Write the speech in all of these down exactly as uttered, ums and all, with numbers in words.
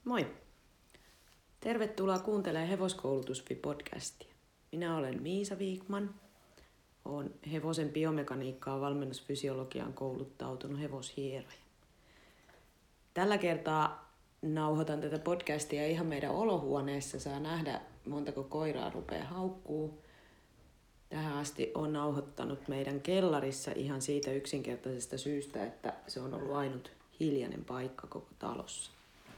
Moi! Tervetuloa kuuntelemaan Hevoskoulutusfi-podcastia. Minä olen Miisa Viikman. Olen hevosen biomekaniikkaa valmennusfysiologiaan kouluttautunut hevoshieroja. Tällä kertaa nauhoitan tätä podcastia ihan meidän olohuoneessa. Saa nähdä, montako koiraa rupeaa haukkuu. Tähän asti olen nauhoittanut meidän kellarissa ihan siitä yksinkertaisesta syystä, että se on ollut ainut hiljainen paikka koko talossa.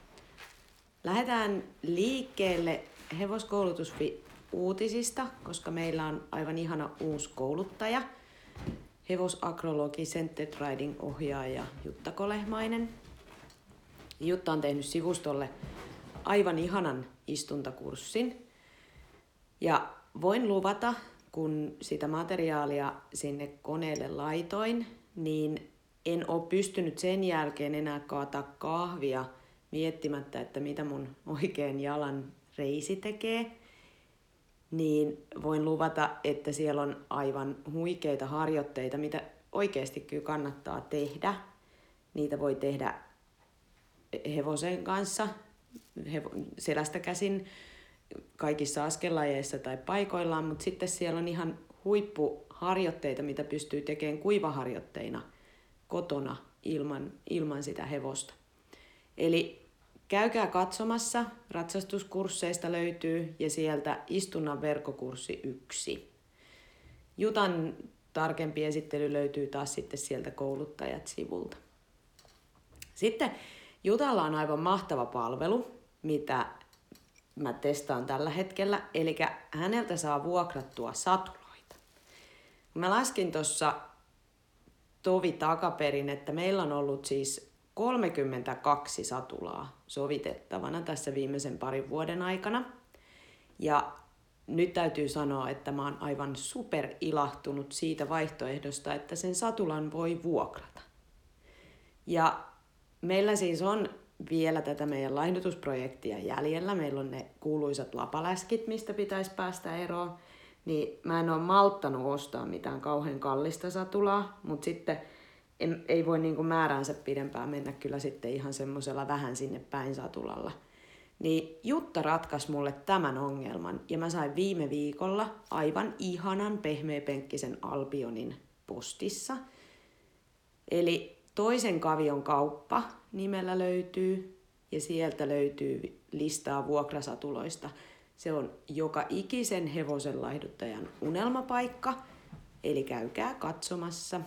Lähdetään liikkeelle Hevoskoulutusfi-uutisista, koska meillä on aivan ihana uusi kouluttaja, hevosakrologi, Centered Riding-ohjaaja Jutta Kolehmainen. Jutta on tehnyt sivustolle aivan ihanan istuntakurssin ja voin luvata, kun sitä materiaalia sinne koneelle laitoin, niin en ole pystynyt sen jälkeen enää kaataa kahvia miettimättä, että mitä mun oikean jalan reisi tekee, niin voin luvata, että siellä on aivan huikeita harjoitteita, mitä oikeasti kyllä kannattaa tehdä. Niitä voi tehdä hevosen kanssa, hevo- selästä käsin, kaikissa askellajeissa tai paikoillaan, mutta sitten siellä on ihan huippuharjoitteita, mitä pystyy tekemään kuivaharjoitteina kotona ilman, ilman sitä hevosta. Eli käykää katsomassa, ratsastuskursseista löytyy ja sieltä istunnan verkkokurssi yksi. Jutan tarkempi esittely löytyy taas sitten sieltä kouluttajat-sivulta. Sitten Jutalla on aivan mahtava palvelu, mitä mä testaan tällä hetkellä, eli häneltä saa vuokrattua satuloita. Mä laskin tuossa tovi takaperin, että meillä on ollut siis kolmekymmentäkaksi satulaa sovitettavana tässä viimeisen parin vuoden aikana. Ja nyt täytyy sanoa, että mä oon aivan super ilahtunut siitä vaihtoehdosta, että sen satulan voi vuokrata. Ja meillä siis on vielä tätä meidän laihdutusprojektia jäljellä. Meillä on ne kuuluisat lapaläskit, mistä pitäisi päästä eroon. Niin mä en ole malttanut ostaa mitään kauhean kallista satulaa, mutta sitten en, ei voi niinku määräänsä pidempään mennä kyllä sitten ihan semmoisella vähän sinne päin satulalla. Niin Jutta ratkaisi mulle tämän ongelman ja mä sain viime viikolla aivan ihanan pehmeäpenkkisen Albionin postissa. Eli Toisen kavion kauppa nimellä löytyy ja sieltä löytyy listaa vuokrasatuloista. Se on joka ikisen hevosen laihduttajan unelmapaikka, eli käykää katsomassa.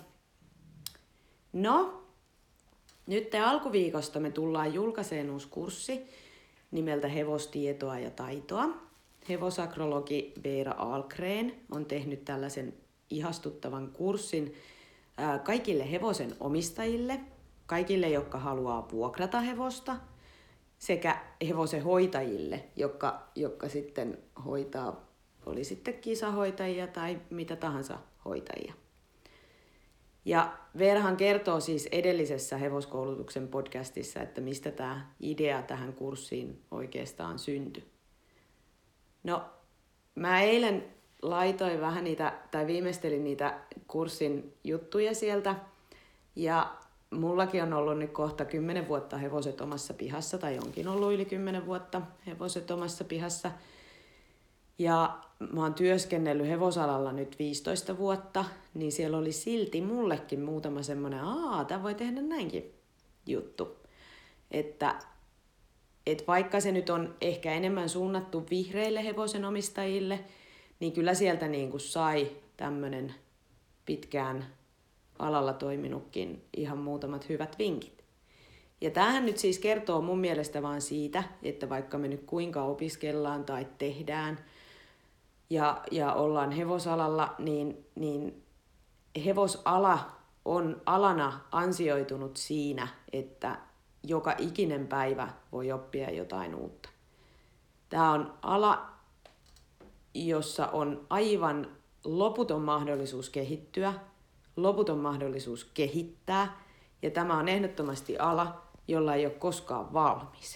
No, nyt alkuviikosta me tullaan julkaiseen uusi kurssi nimeltä Hevostietoa ja taitoa. Hevosakrologi Veera Ahlgren on tehnyt tällaisen ihastuttavan kurssin kaikille hevosen omistajille, kaikille, jotka haluaa vuokrata hevosta, sekä hevosen hoitajille, jotka, jotka sitten hoitaa, oli sitten kisahoitajia tai mitä tahansa hoitajia. Ja Veerahan kertoo siis edellisessä hevoskoulutuksen podcastissa, että mistä tämä idea tähän kurssiin oikeastaan syntyi. No, mä eilen laitoin vähän niitä, tai viimeistelin niitä kurssin juttuja sieltä, ja mullakin on ollut nyt kohta kymmenen vuotta hevoset omassa pihassa, tai onkin ollut yli kymmenen vuotta hevoset omassa pihassa. Ja mä oon työskennellyt hevosalalla nyt viisitoista vuotta, niin siellä oli silti mullekin muutama semmoinen, aa, tää voi tehdä näinkin juttu. Että et vaikka se nyt on ehkä enemmän suunnattu vihreille hevosen omistajille, niin kyllä sieltä niin kuin sai tämmöinen pitkään alalla toiminutkin ihan muutamat hyvät vinkit. Ja tämähän nyt siis kertoo mun mielestä vaan siitä, että vaikka me nyt kuinka opiskellaan tai tehdään ja, ja ollaan hevosalalla, niin, niin hevosala on alana ansioitunut siinä, että joka ikinen päivä voi oppia jotain uutta. Tämä on ala, jossa on aivan loputon mahdollisuus kehittyä, loputon mahdollisuus kehittää, ja tämä on ehdottomasti ala, jolla ei ole koskaan valmis.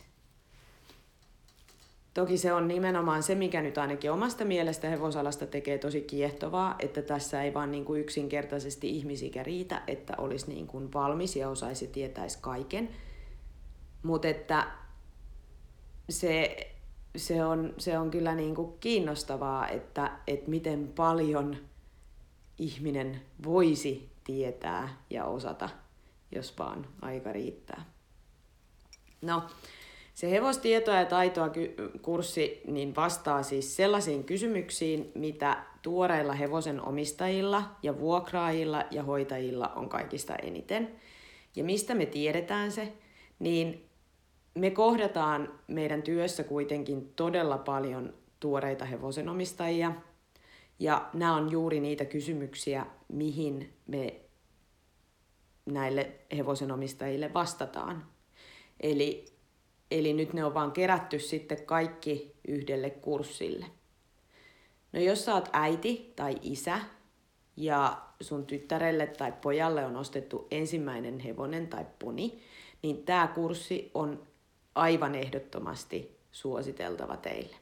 Toki se on nimenomaan se, mikä nyt ainakin omasta mielestä hevosalasta tekee tosi kiehtovaa, että tässä ei vaan niin kuin yksinkertaisesti ihmisikä riitä, että olisi niin kuin valmis ja osaisi tietäisi kaiken. Mutta että se, se, on, se on kyllä niin kuin kiinnostavaa, että, että miten paljon ihminen voisi tietää ja osata, jos vaan aika riittää. No, se hevostietoa ja taitoa kurssi niin vastaa siis sellaisiin kysymyksiin, mitä tuoreilla hevosen omistajilla ja vuokraajilla ja hoitajilla on kaikista eniten. Ja mistä me tiedetään se, niin me kohdataan meidän työssä kuitenkin todella paljon tuoreita hevosenomistajia. Ja nämä on juuri niitä kysymyksiä, mihin me näille hevosenomistajille vastataan. Eli, eli nyt ne on vaan kerätty sitten kaikki yhdelle kurssille. No jos sä oot äiti tai isä ja sun tyttärelle tai pojalle on ostettu ensimmäinen hevonen tai poni, niin tämä kurssi on aivan ehdottomasti suositeltava teille.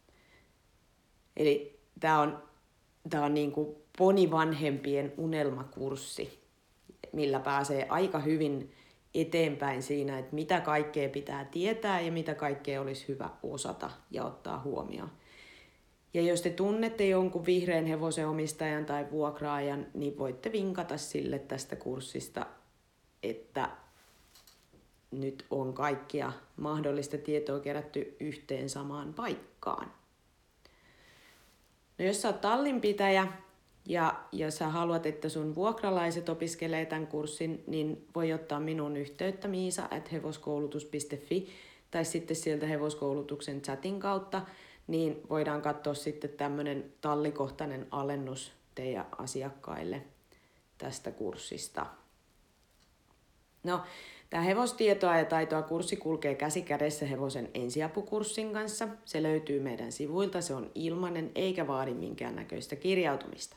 Eli tämä on, tää on niin kuin ponivanhempien unelmakurssi, millä pääsee aika hyvin eteenpäin siinä, että mitä kaikkea pitää tietää ja mitä kaikkea olisi hyvä osata ja ottaa huomioon. Ja jos te tunnette jonkun vihreän hevosen omistajan tai vuokraajan, niin voitte vinkata sille tästä kurssista, että nyt on kaikkia mahdollista tietoa kerätty yhteen samaan paikkaan. No jos sä oot tallinpitäjä ja, ja sä haluat, että sun vuokralaiset opiskelee tämän kurssin, niin voi ottaa minun yhteyttä miisa at hevoskoulutus piste fi tai sitten sieltä hevoskoulutuksen chatin kautta, niin voidaan katsoa sitten tämmöinen tallikohtainen alennus teidän asiakkaille tästä kurssista. No, tämä hevostietoa ja taitoa kurssi kulkee käsi kädessä hevosen ensiapukurssin kanssa. Se löytyy meidän sivuilta, se on ilmainen eikä vaadi minkäännäköistä kirjautumista.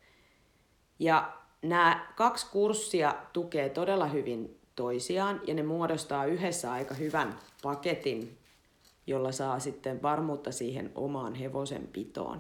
Ja nämä kaksi kurssia tukee todella hyvin toisiaan ja ne muodostaa yhdessä aika hyvän paketin, jolla saa sitten varmuutta siihen omaan hevosen pitoon.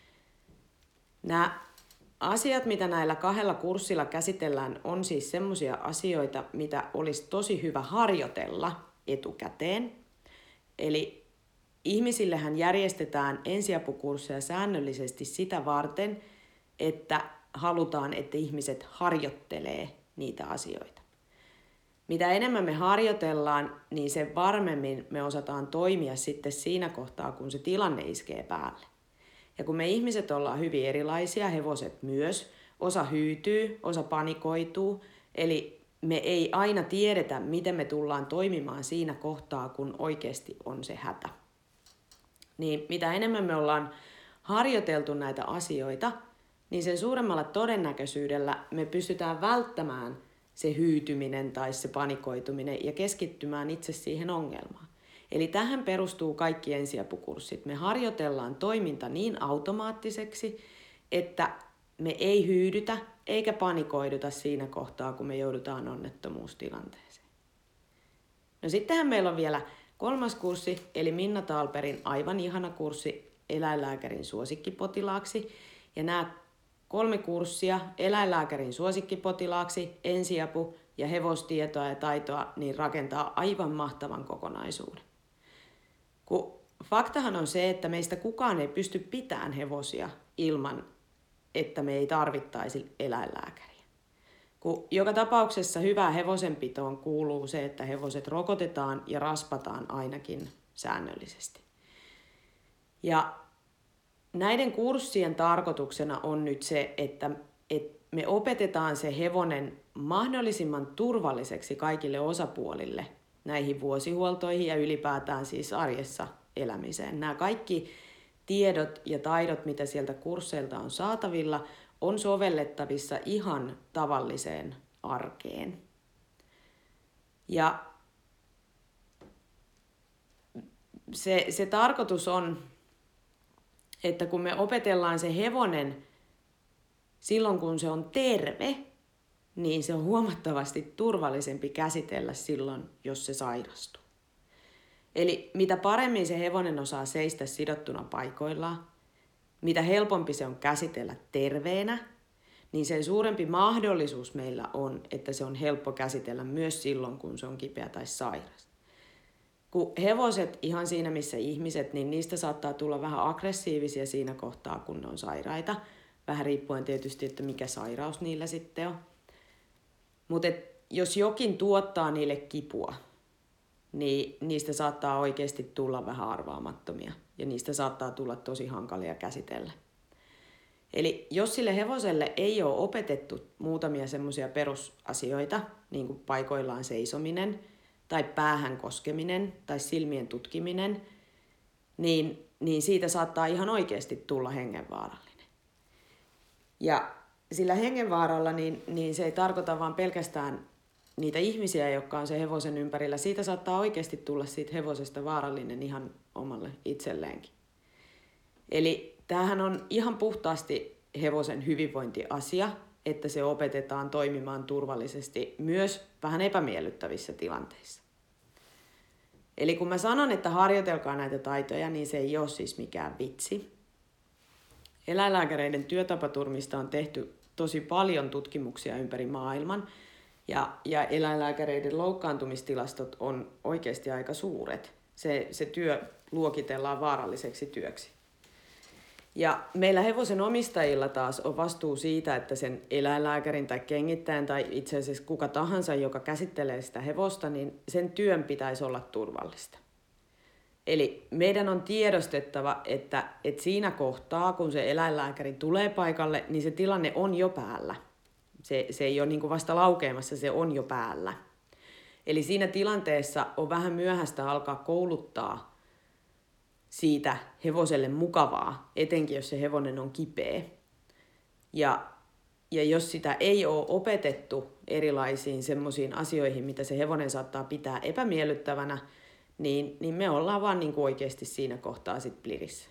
Nämä asiat, mitä näillä kahdella kurssilla käsitellään, on siis semmoisia asioita, mitä olisi tosi hyvä harjoitella etukäteen. Eli ihmisillehän järjestetään ensiapukursseja säännöllisesti sitä varten, että halutaan, että ihmiset harjoittelee niitä asioita. Mitä enemmän me harjoitellaan, niin sen varmemmin me osataan toimia sitten siinä kohtaa, kun se tilanne iskee päälle. Ja kun me ihmiset ollaan hyvin erilaisia, hevoset myös, osa hyytyy, osa panikoituu, eli me ei aina tiedetä, miten me tullaan toimimaan siinä kohtaa, kun oikeasti on se hätä. Niin mitä enemmän me ollaan harjoiteltu näitä asioita, niin sen suuremmalla todennäköisyydellä me pystytään välttämään se hyytyminen tai se panikoituminen ja keskittymään itse siihen ongelmaan. Eli tähän perustuu kaikki ensiapukurssit. Me harjoitellaan toiminta niin automaattiseksi, että me ei hyydytä eikä panikoiduta siinä kohtaa, kun me joudutaan onnettomuustilanteeseen. No sittenhän meillä on vielä kolmas kurssi, eli Minna Thalbergin aivan ihana kurssi eläinlääkärin suosikkipotilaaksi. Ja nämä kolme kurssia eläinlääkärin suosikkipotilaaksi, ensiapu ja hevostietoa ja taitoa niin rakentaa aivan mahtavan kokonaisuuden. Kun faktahan on se, että meistä kukaan ei pysty pitämään hevosia ilman, että me ei tarvittaisi eläinlääkäriä. Kun joka tapauksessa hyvään hevosenpitoon kuuluu se, että hevoset rokotetaan ja raspataan ainakin säännöllisesti. Ja näiden kurssien tarkoituksena on nyt se, että, että me opetetaan se hevonen mahdollisimman turvalliseksi kaikille osapuolille näihin vuosihuoltoihin ja ylipäätään siis arjessa elämiseen. Nämä kaikki tiedot ja taidot, mitä sieltä kursseilta on saatavilla, on sovellettavissa ihan tavalliseen arkeen. Ja se, se tarkoitus on, että kun me opetellaan se hevonen silloin, kun se on terve, niin se on huomattavasti turvallisempi käsitellä silloin, jos se sairastuu. Eli mitä paremmin se hevonen osaa seistä sidottuna paikoillaan, mitä helpompi se on käsitellä terveenä, niin sen suurempi mahdollisuus meillä on, että se on helppo käsitellä myös silloin, kun se on kipeä tai sairas. kun hevoset ihan siinä missä ihmiset, niin niistä saattaa tulla vähän aggressiivisia siinä kohtaa, kun ne on sairaita. Vähän riippuen tietysti, että mikä sairaus niillä sitten on. Mutta jos jokin tuottaa niille kipua, niin niistä saattaa oikeasti tulla vähän arvaamattomia. Ja niistä saattaa tulla tosi hankalia käsitellä. Eli jos sille hevoselle ei ole opetettu muutamia semmoisia perusasioita, niin kuin paikoillaan seisominen, tai päähän koskeminen, tai silmien tutkiminen, niin, niin siitä saattaa ihan oikeasti tulla hengenvaarallinen. Ja sillä hengenvaaralla niin, niin se ei tarkoita vaan pelkästään niitä ihmisiä, jotka on se hevosen ympärillä. Siitä saattaa oikeasti tulla siitä hevosesta vaarallinen ihan omalle itselleenkin. Eli tämähän on ihan puhtaasti hevosen hyvinvointiasia, että se opetetaan toimimaan turvallisesti myös vähän epämiellyttävissä tilanteissa. Eli kun mä sanon, että harjoitelkaa näitä taitoja, niin se ei ole siis mikään vitsi. Eläinlääkäreiden työtapaturmista on tehty tosi paljon tutkimuksia ympäri maailman, ja, ja eläinlääkäreiden loukkaantumistilastot on oikeasti aika suuret. Se, se työ luokitellaan vaaralliseksi työksi. Ja meillä hevosen omistajilla taas on vastuu siitä, että sen eläinlääkärin tai kengittäjän tai itse asiassa kuka tahansa, joka käsittelee sitä hevosta, niin sen työn pitäisi olla turvallista. Eli meidän on tiedostettava, että, että siinä kohtaa, kun se eläinlääkäri tulee paikalle, niin se tilanne on jo päällä. Se, se ei ole niin kuin vasta laukeamassa, se on jo päällä. Eli siinä tilanteessa on vähän myöhäistä alkaa kouluttaa siitä hevoselle mukavaa, etenkin jos se hevonen on kipeä. Ja, ja jos sitä ei ole opetettu erilaisiin semmoisiin asioihin, mitä se hevonen saattaa pitää epämiellyttävänä, niin, niin me ollaan vaan niin kuin oikeasti siinä kohtaa sit plirissä.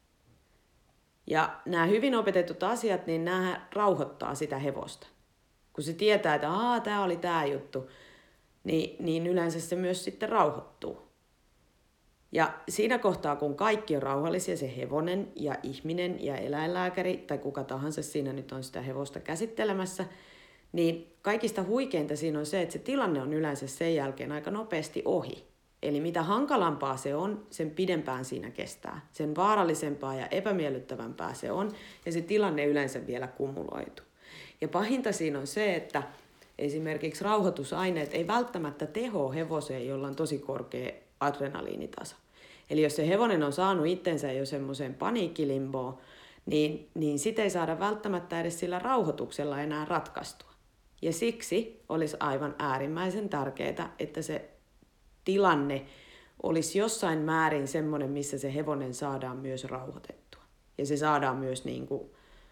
Ja nämä hyvin opetetut asiat, niin nämä rauhoittaa sitä hevosta. Kun se tietää, että aah, tämä oli tämä juttu, niin, niin yleensä se myös sitten rauhoittuu. Ja siinä kohtaa, kun kaikki on rauhallisia, se hevonen ja ihminen ja eläinlääkäri tai kuka tahansa siinä nyt on sitä hevosta käsittelemässä, niin kaikista huikeinta siinä on se, että se tilanne on yleensä sen jälkeen aika nopeasti ohi. Eli mitä hankalampaa se on, sen pidempään siinä kestää. Sen vaarallisempaa ja epämiellyttävämpää se on, ja se tilanne yleensä vielä kumuloituu. Ja pahinta siinä on se, että esimerkiksi rauhoitusaineet ei välttämättä tehoa hevoseen, jolla on tosi korkea adrenaliinitaso. Eli jos se hevonen on saanut itsensä jo semmoiseen paniikkilimboon, niin, niin sitä ei saada välttämättä edes sillä rauhoituksella enää ratkaistua. Ja siksi olisi aivan äärimmäisen tärkeää, että se tilanne olisi jossain määrin semmoinen, missä se hevonen saadaan myös rauhoitettua. Ja se saadaan myös niin kuin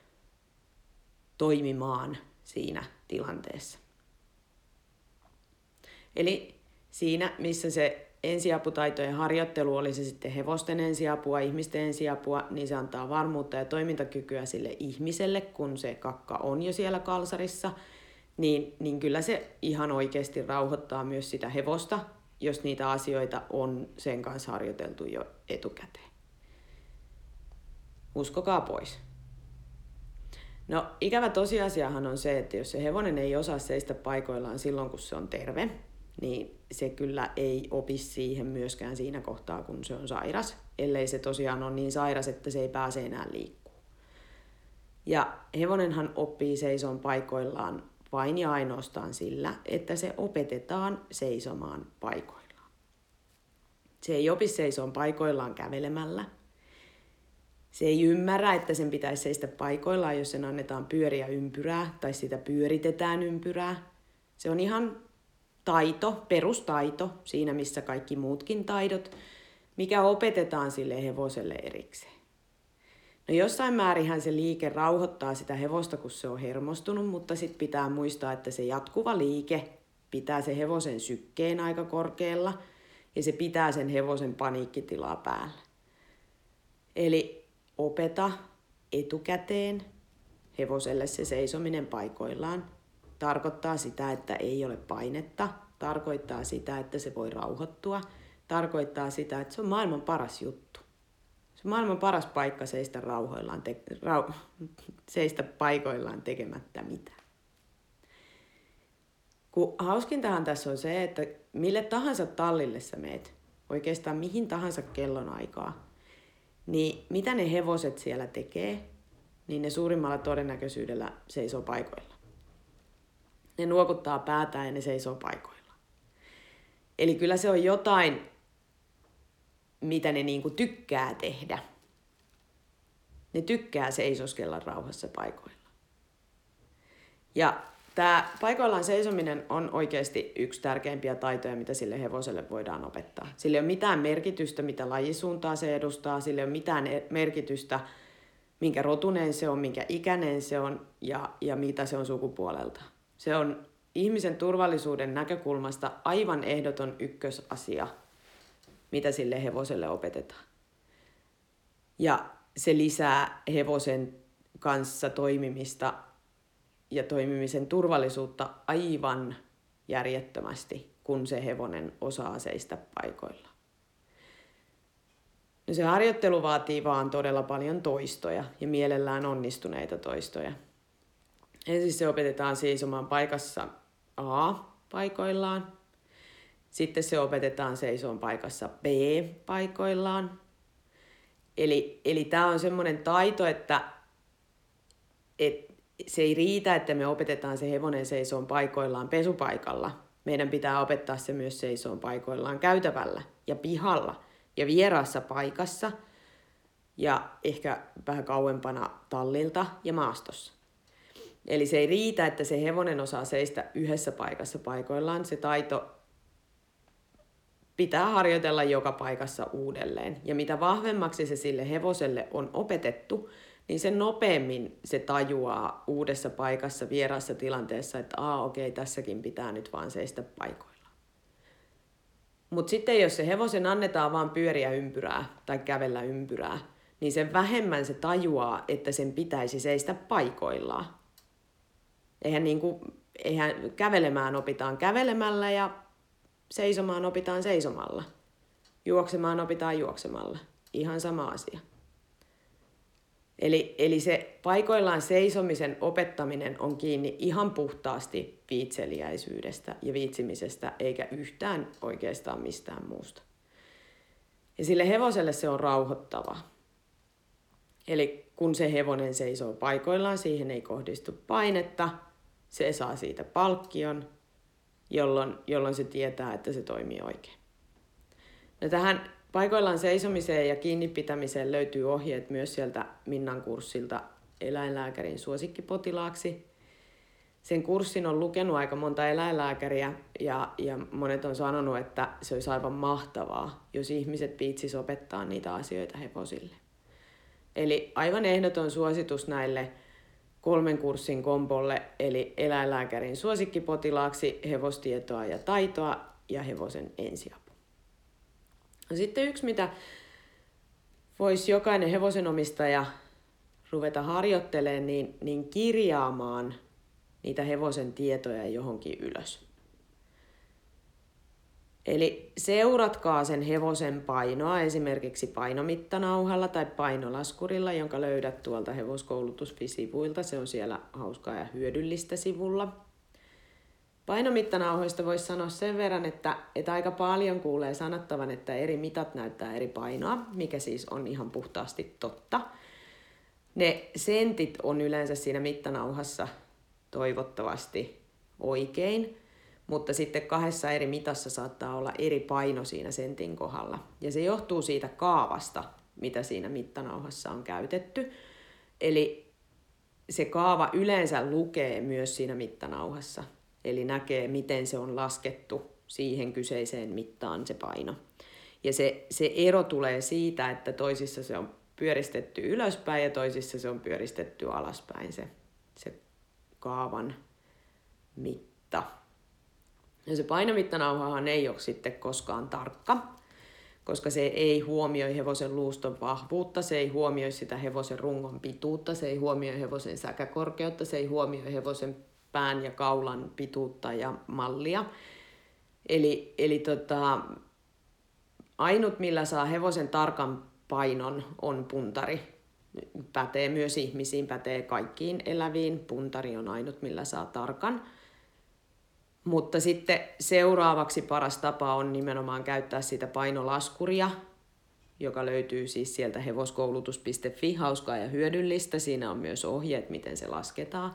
toimimaan siinä tilanteessa. Eli siinä, missä se ensiaputaitojen harjoittelu, oli se sitten hevosten ensiapua, ihmisten ensiapua, niin se antaa varmuutta ja toimintakykyä sille ihmiselle, kun se kakka on jo siellä kalsarissa, niin, niin kyllä se ihan oikeasti rauhoittaa myös sitä hevosta, jos niitä asioita on sen kanssa harjoiteltu jo etukäteen. Uskokaa pois. No, ikävä tosiasiahan on se, että jos se hevonen ei osaa seistä paikoillaan silloin, kun se on terve, niin se kyllä ei opi siihen myöskään siinä kohtaa, kun se on sairas, ellei se tosiaan ole niin sairas, että se ei pääse enää liikkumaan. Ja hevonenhan oppii seisoon paikoillaan vain ja ainoastaan sillä, että se opetetaan seisomaan paikoillaan. Se ei opi seisoon paikoillaan kävelemällä. Se ei ymmärrä, että sen pitäisi seistä paikoillaan, jos sen annetaan pyöriä ympyrää tai sitä pyöritetään ympyrää. Se on ihan taito, perustaito, siinä missä kaikki muutkin taidot, mikä opetetaan sille hevoselle erikseen. No jossain määrinhän se liike rauhoittaa sitä hevosta, kun se on hermostunut, mutta sitten pitää muistaa, että se jatkuva liike pitää se hevosen sykkeen aika korkealla ja se pitää sen hevosen paniikkitilaa päällä. Eli opeta etukäteen hevoselle se seisominen paikoillaan. Tarkoittaa sitä, että ei ole painetta. Tarkoittaa sitä, että se voi rauhoittua. Tarkoittaa sitä, että se on maailman paras juttu. Se on maailman paras paikka seistä, rauhoillaan te- rau- seistä paikoillaan tekemättä mitään. Kun hauskintahan tässä on se, että mille tahansa tallille sä meet, oikeastaan mihin tahansa kellonaikaa, niin mitä ne hevoset siellä tekee, niin ne suurimmalla todennäköisyydellä seisoo paikoilla. Ne nuokuttaa päätään ja ne seisoo paikoilla. Eli kyllä se on jotain, mitä ne niinku tykkää tehdä. Ne tykkää seisoskella rauhassa paikoilla. Ja tämä paikoillaan seisominen on oikeasti yksi tärkeimpiä taitoja, mitä sille hevoselle voidaan opettaa. Sillä ei ole mitään merkitystä, mitä lajisuuntaa se edustaa. Sillä ei ole mitään merkitystä, minkä rotunen se on, minkä ikäinen se on ja, ja mitä se on sukupuolelta. Se on ihmisen turvallisuuden näkökulmasta aivan ehdoton ykkösasia, mitä sille hevoselle opetetaan. Ja se lisää hevosen kanssa toimimista ja toimimisen turvallisuutta aivan järjettömästi, kun se hevonen osaa seistä paikoilla. No se harjoittelu vaatii vaan todella paljon toistoja ja mielellään onnistuneita toistoja. Ensin se opetetaan seisomaan paikassa A paikoillaan. Sitten se opetetaan seisomaan paikassa B paikoillaan. Eli, eli tämä on semmoinen taito, että, että se ei riitä, että me opetetaan se hevonen seisoon paikoillaan pesupaikalla. Meidän pitää opettaa se myös seisoon paikoillaan käytävällä ja pihalla ja vieraassa paikassa ja ehkä vähän kauempana tallilta ja maastossa. Eli se ei riitä, että se hevonen osaa seistä yhdessä paikassa paikoillaan. Se taito pitää harjoitella joka paikassa uudelleen. Ja mitä vahvemmaksi se sille hevoselle on opetettu, niin sen nopeammin se tajuaa uudessa paikassa, vieraassa tilanteessa, että aa okei, tässäkin pitää nyt vaan seistä paikoilla. Mutta sitten jos se hevosen annetaan vaan pyöriä ympyrää tai kävellä ympyrää, niin sen vähemmän se tajuaa, että sen pitäisi seistä paikoillaan. Eihän, niinku, eihän kävelemään opitaan kävelemällä ja seisomaan opitaan seisomalla. Juoksemaan opitaan juoksemalla. Ihan sama asia. Eli, eli se paikoillaan seisomisen opettaminen on kiinni ihan puhtaasti viitseliäisyydestä ja viitsimisestä, eikä yhtään oikeastaan mistään muusta. Ja sille hevoselle se on rauhoittavaa. Eli kun se hevonen seisoo paikoillaan, siihen ei kohdistu painetta, se saa siitä palkkion, jolloin, jolloin se tietää, että se toimii oikein. No tähän paikoillaan seisomiseen ja kiinni pitämiseen löytyy ohjeet myös sieltä Minnan kurssilta eläinlääkärin suosikkipotilaaksi. Sen kurssin on lukenut aika monta eläinlääkäriä ja, ja monet on sanonut, että se olisi aivan mahtavaa, jos ihmiset viitsis opettaa niitä asioita hevosille. Eli aivan ehdoton suositus näille kolmen kurssin kombolle, eli eläinlääkärin suosikkipotilaaksi, hevostietoa ja taitoa ja hevosen ensiapu. No sitten yksi, mitä voisi jokainen hevosenomistaja ruveta harjoittelemaan, niin, niin kirjaamaan niitä hevosen tietoja johonkin ylös. Eli seuratkaa sen hevosen painoa esimerkiksi painomittanauhalla tai painolaskurilla, jonka löydät tuolta hevoskoulutus piste fi-sivuilta. Se on siellä hauskaa ja hyödyllistä sivulla. Painomittanauhoista voisi sanoa sen verran, että, että aika paljon kuulee sanottavan, että eri mitat näyttää eri painoa, mikä siis on ihan puhtaasti totta. Ne sentit on yleensä siinä mittanauhassa toivottavasti oikein, mutta sitten kahdessa eri mitassa saattaa olla eri paino siinä sentin kohdalla. Ja se johtuu siitä kaavasta, mitä siinä mittanauhassa on käytetty. Eli se kaava yleensä lukee myös siinä mittanauhassa. Eli näkee, miten se on laskettu siihen kyseiseen mittaan se paino. Ja se, se ero tulee siitä, että toisissa se on pyöristetty ylöspäin ja toisissa se on pyöristetty alaspäin se, se kaavan mitta. Ja se painomittanauhahan ei ole sitten koskaan tarkka, koska se ei huomioi hevosen luuston vahvuutta, se ei huomioi sitä hevosen rungon pituutta, se ei huomioi hevosen säkäkorkeutta, se ei huomioi hevosen pään ja kaulan pituutta ja mallia. Eli, eli tota, ainut, millä saa hevosen tarkan painon, on puntari. Pätee myös ihmisiin, pätee kaikkiin eläviin. Puntari on ainut, millä saa tarkan. Mutta sitten seuraavaksi paras tapa on nimenomaan käyttää sitä painolaskuria, joka löytyy siis sieltä hevoskoulutus piste fi, hauskaa ja hyödyllistä. Siinä on myös ohjeet, miten se lasketaan.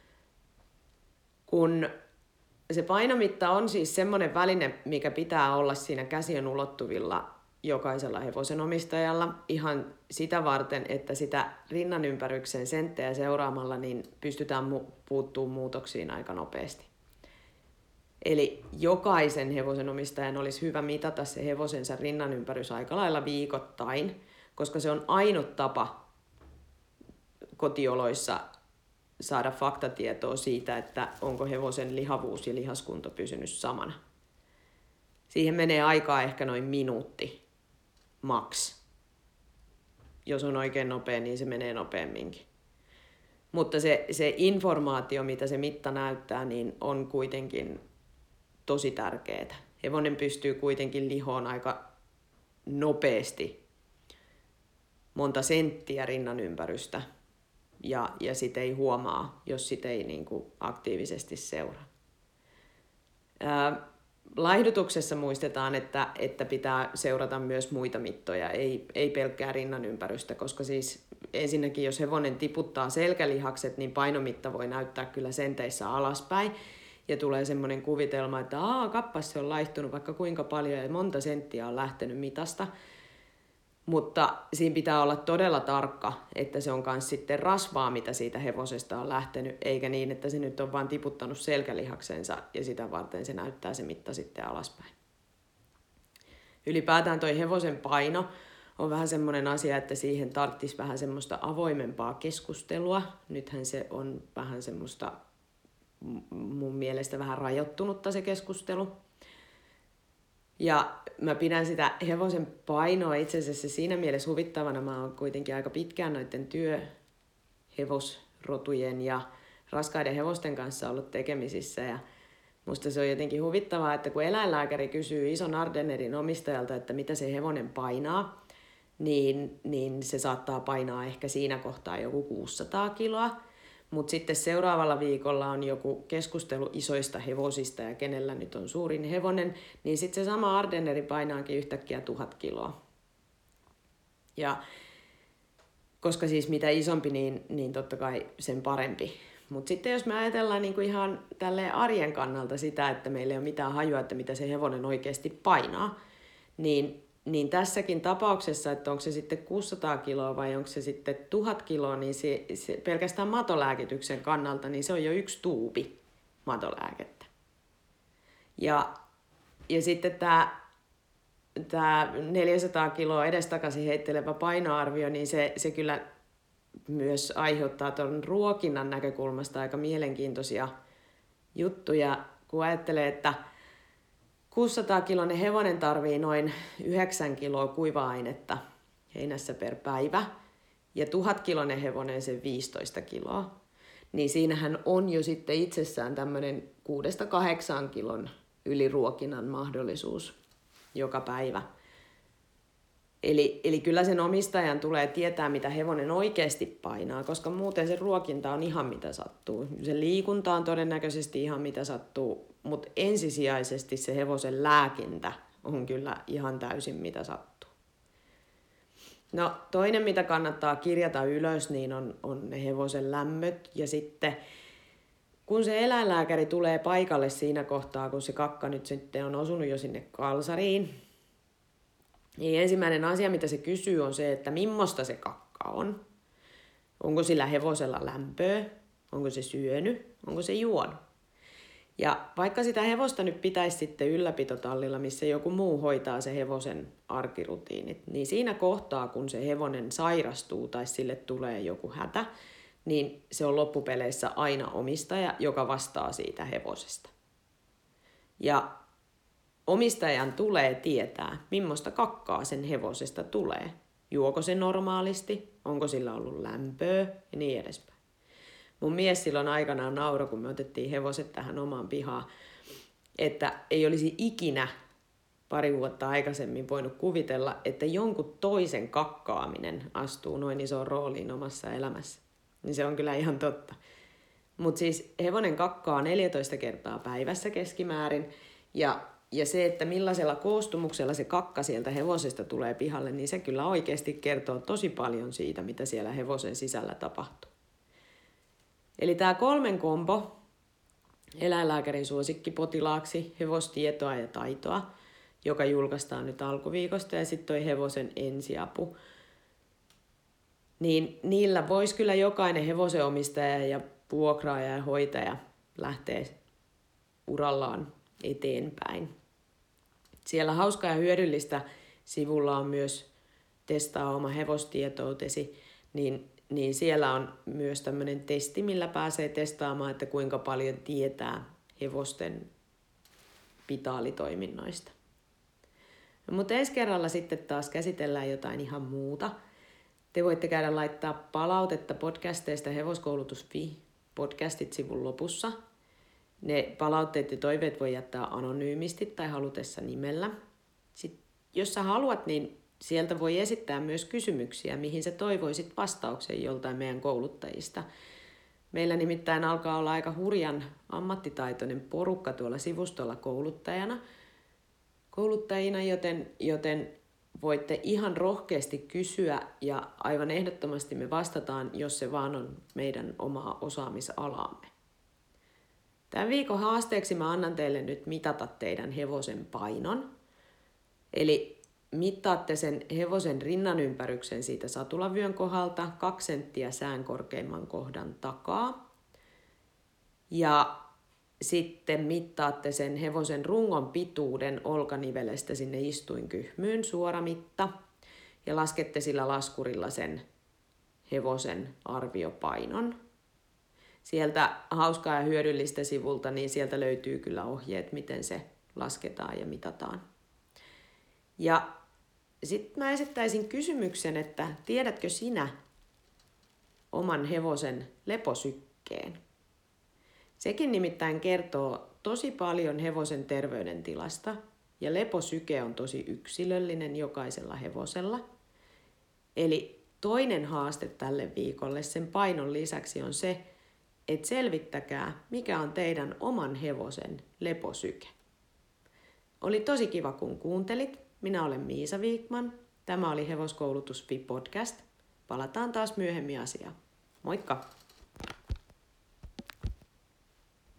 Kun se painomitta on siis semmoinen väline, mikä pitää olla siinä käsien ulottuvilla jokaisella hevosen omistajalla ihan sitä varten, että sitä rinnan ympäryksen senttejä seuraamalla niin pystytään mu- puuttumaan muutoksiin aika nopeasti. Eli jokaisen hevosen omistajan olisi hyvä mitata se hevosensa rinnan ympärys aika lailla viikoittain, koska se on ainut tapa kotioloissa saada faktatietoa siitä, että onko hevosen lihavuus ja lihaskunto pysynyt samana. Siihen menee aikaa ehkä noin minuutti, maks. Jos on oikein nopea, niin se menee nopeamminkin. Mutta se, se informaatio, mitä se mitta näyttää, niin on kuitenkin tosi tärkeää. Hevonen pystyy kuitenkin lihoon aika nopeasti monta senttiä rinnan ympärystä. Ja, ja sitä ei huomaa, jos sitä ei niin kuin aktiivisesti seuraa. Ää, laihdutuksessa muistetaan, että, että pitää seurata myös muita mittoja, ei, ei pelkkää rinnan ympärystä, koska siis ensinnäkin jos hevonen tiputtaa selkälihakset, niin painomitta voi näyttää kyllä senteissä alaspäin. Ja tulee semmoinen kuvitelma, että aa, kappas se on laihtunut vaikka kuinka paljon ja monta senttiä on lähtenyt mitasta. Mutta siinä pitää olla todella tarkka, että se on myös sitten rasvaa, mitä siitä hevosesta on lähtenyt, eikä niin, että se nyt on vaan tiputtanut selkälihaksensa ja sitä varten se näyttää se mitta sitten alaspäin. Ylipäätään toi hevosen paino on vähän semmoinen asia, että siihen tarvitsisi vähän semmoista avoimempaa keskustelua. Nythän se on vähän semmoista mun mielestä vähän rajoittunutta se keskustelu. Ja mä pidän sitä hevosen painoa itse asiassa siinä mielessä huvittavana. Mä oon kuitenkin aika pitkään noiden työhevosrotujen ja raskaiden hevosten kanssa ollut tekemisissä. Ja musta se on jotenkin huvittavaa, että kun eläinlääkäri kysyy ison Ardennerin omistajalta, että mitä se hevonen painaa, niin, niin se saattaa painaa ehkä siinä kohtaa joku kuusisataa kiloa. Mutta sitten seuraavalla viikolla on joku keskustelu isoista hevosista ja kenellä nyt on suurin hevonen, niin sitten se sama Ardenneri painaakin yhtäkkiä tuhat kiloa. Ja koska siis mitä isompi, niin, niin totta kai sen parempi. Mutta sitten jos me ajatellaan niinku ihan tälleen arjen kannalta sitä, että meillä ei ole mitään hajua, että mitä se hevonen oikeasti painaa, niin Niin tässäkin tapauksessa, että onko se sitten kuusisataa kiloa vai onko se sitten tuhat kiloa, niin se, se pelkästään matolääkityksen kannalta, niin se on jo yksi tuubi matolääkettä. Ja, ja sitten tämä, tämä neljäsataa kiloa edestakaisin heittelevä painoarvio, niin se, se kyllä myös aiheuttaa tuon ruokinnan näkökulmasta aika mielenkiintoisia juttuja, kun ajattelee, että kuusisataa kiloinen hevonen tarvii noin yhdeksän kiloa kuiva-ainetta heinässä per päivä ja tuhat kiloinen hevonen sen viisitoista kiloa. Niin siinähän on jo sitten itsessään tämmöinen kuudesta kahdeksaan kilon yliruokinnan mahdollisuus joka päivä. Eli, eli kyllä sen omistajan tulee tietää, mitä hevonen oikeasti painaa, koska muuten se ruokinta on ihan mitä sattuu. Se liikunta on todennäköisesti ihan mitä sattuu, mutta ensisijaisesti se hevosen lääkintä on kyllä ihan täysin mitä sattuu. No toinen, mitä kannattaa kirjata ylös, niin on, on ne hevosen lämmöt. Ja sitten kun se eläinlääkäri tulee paikalle siinä kohtaa, kun se kakka nyt sitten on osunut jo sinne kalsariin, niin ensimmäinen asia, mitä se kysyy, on se, että millaista se kakka on. Onko sillä hevosella lämpöä? Onko se syönyt? Onko se juonut? Ja vaikka sitä hevosta nyt pitäisi sitten ylläpitotallilla, missä joku muu hoitaa se hevosen arkirutiinit, niin siinä kohtaa, kun se hevonen sairastuu tai sille tulee joku hätä, niin se on loppupeleissä aina omistaja, joka vastaa siitä hevosesta. Ja omistajan tulee tietää, millaista kakkaa sen hevosesta tulee. Juoko se normaalisti, onko sillä ollut lämpöä ja niin edespäin. Mun mies silloin aikanaan nauroi, kun me otettiin hevoset tähän omaan pihaan, että ei olisi ikinä pari vuotta aikaisemmin voinut kuvitella, että jonkun toisen kakkaaminen astuu noin isoon rooliin omassa elämässä. Niin se on kyllä ihan totta. Mutta siis hevonen kakkaa neljätoista kertaa päivässä keskimäärin. Ja, ja se, että millaisella koostumuksella se kakka sieltä hevosesta tulee pihalle, niin se kyllä oikeasti kertoo tosi paljon siitä, mitä siellä hevosen sisällä tapahtuu. Eli tämä kolmen kombo, eläinlääkärin suosikki potilaaksi, hevostietoa ja taitoa, joka julkaistaan nyt alkuviikosta, ja sitten toi hevosen ensiapu, niin niillä voisi kyllä jokainen hevosen omistaja ja vuokraaja ja hoitaja lähteä urallaan eteenpäin. Siellä hauskaa ja hyödyllistä sivulla on myös testaa oma hevostietoutesi, niin, niin siellä on myös tämmöinen testi, millä pääsee testaamaan, että kuinka paljon tietää hevosten vitaalitoiminnoista. No, mutta ensi kerralla sitten taas käsitellään jotain ihan muuta. Te voitte käydä laittaa palautetta podcasteista hevoskoulutus piste fi podcastit sivun lopussa. Ne palautteet ja toiveet voi jättää anonyymisti tai halutessa nimellä. Sitten, jos sä haluat, niin sieltä voi esittää myös kysymyksiä, mihin sä toivoisit vastauksen joltain meidän kouluttajista. Meillä nimittäin alkaa olla aika hurjan ammattitaitoinen porukka tuolla sivustolla kouluttajana, kouluttajina, joten, joten voitte ihan rohkeasti kysyä ja aivan ehdottomasti me vastataan, jos se vaan on meidän omaa osaamisalaamme. Tämän viikon haasteeksi mä annan teille nyt mitata teidän hevosen painon. Eli mittaatte sen hevosen rinnan ympäryksen siitä satulavyön kohdalta kaksi senttiä sään korkeimman kohdan takaa. Ja sitten mittaatte sen hevosen rungon pituuden olkanivelestä sinne istuinkyhmyyn, suora mitta. Ja laskette sillä laskurilla sen hevosen arviopainon. Sieltä hauskaa ja hyödyllistä sivulta, niin sieltä löytyy kyllä ohjeet, miten se lasketaan ja mitataan. Ja sitten mä esittäisin kysymyksen, että tiedätkö sinä oman hevosen leposykkeen? Sekin nimittäin kertoo tosi paljon hevosen terveydentilasta ja leposyke on tosi yksilöllinen jokaisella hevosella. Eli toinen haaste tälle viikolle sen painon lisäksi on se, että selvittäkää, mikä on teidän oman hevosen leposyke. Oli tosi kiva, kun kuuntelit. Minä olen Miisa Viikman. Tämä oli Hevoskoulutus piste fi podcast. Palataan taas myöhemmin asiaan. Moikka!